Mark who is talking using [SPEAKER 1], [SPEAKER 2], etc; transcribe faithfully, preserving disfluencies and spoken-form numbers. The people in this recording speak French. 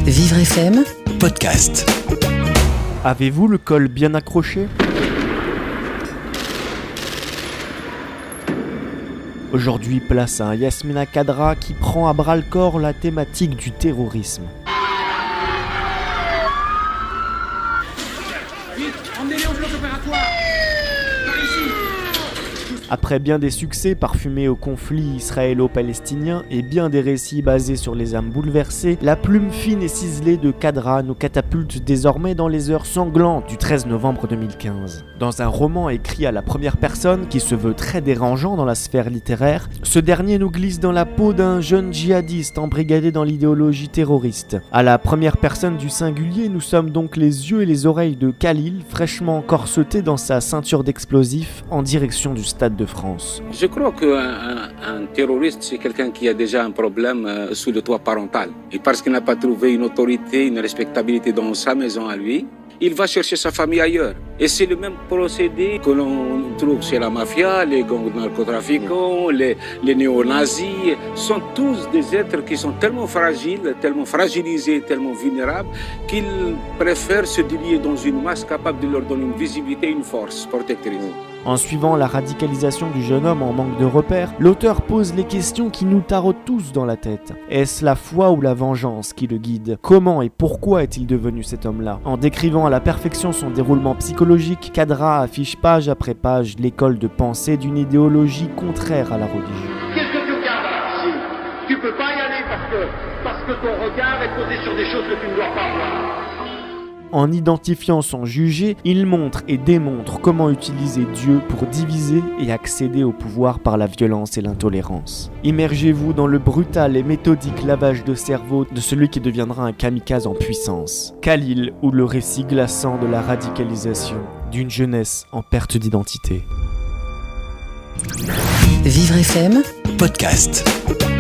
[SPEAKER 1] Vivre F M
[SPEAKER 2] Podcast.
[SPEAKER 3] Avez-vous le col bien accroché ? Aujourd'hui, place à Yasmina Khadra qui prend à bras-le-corps la thématique du terrorisme.
[SPEAKER 4] Vite, emmenez-les au bloc opératoire. Par ici.
[SPEAKER 3] Après bien des succès parfumés au conflit israélo-palestinien et bien des récits basés sur les âmes bouleversées, la plume fine et ciselée de Khadra nous catapulte désormais dans les heures sanglantes du treize novembre deux mille quinze. Dans un roman écrit à la première personne qui se veut très dérangeant dans la sphère littéraire, ce dernier nous glisse dans la peau d'un jeune djihadiste embrigadé dans l'idéologie terroriste. À la première personne du singulier, nous sommes donc les yeux et les oreilles de Khalil, fraîchement corseté dans sa ceinture d'explosifs en direction du Stade de France.
[SPEAKER 5] Je crois qu'un un, un terroriste, c'est quelqu'un qui a déjà un problème euh, sous le toit parental. Et parce qu'il n'a pas trouvé une autorité, une respectabilité dans sa maison à lui, il va chercher sa famille ailleurs. Et c'est le même procédé que l'on trouve chez la mafia, les gangs de narcotrafiquants, les, les néo-nazis. Sont tous des êtres qui sont tellement fragiles, tellement fragilisés, tellement vulnérables, qu'ils préfèrent se délier dans une masse capable de leur donner une visibilité et une force protectrice.
[SPEAKER 3] En suivant la radicalisation du jeune homme en manque de repères, l'auteur pose les questions qui nous taraudent tous dans la tête. Est-ce la foi ou la vengeance qui le guide ? Comment et pourquoi est-il devenu cet homme-là ? En décrivant à la perfection son déroulement psychologique, Khadra affiche page après page l'école de pensée d'une idéologie contraire à la religion.
[SPEAKER 6] Qu'est-ce que tu regardes là, ici ? Tu peux pas y aller parce que, parce que ton regard est posé sur des choses que tu ne dois pas voir.
[SPEAKER 3] En identifiant son jugé, il montre et démontre comment utiliser Dieu pour diviser et accéder au pouvoir par la violence et l'intolérance. Immergez-vous dans le brutal et méthodique lavage de cerveau de celui qui deviendra un kamikaze en puissance. Khalil ou le récit glaçant de la radicalisation d'une jeunesse en perte d'identité.
[SPEAKER 1] Vivre F M
[SPEAKER 2] Podcast.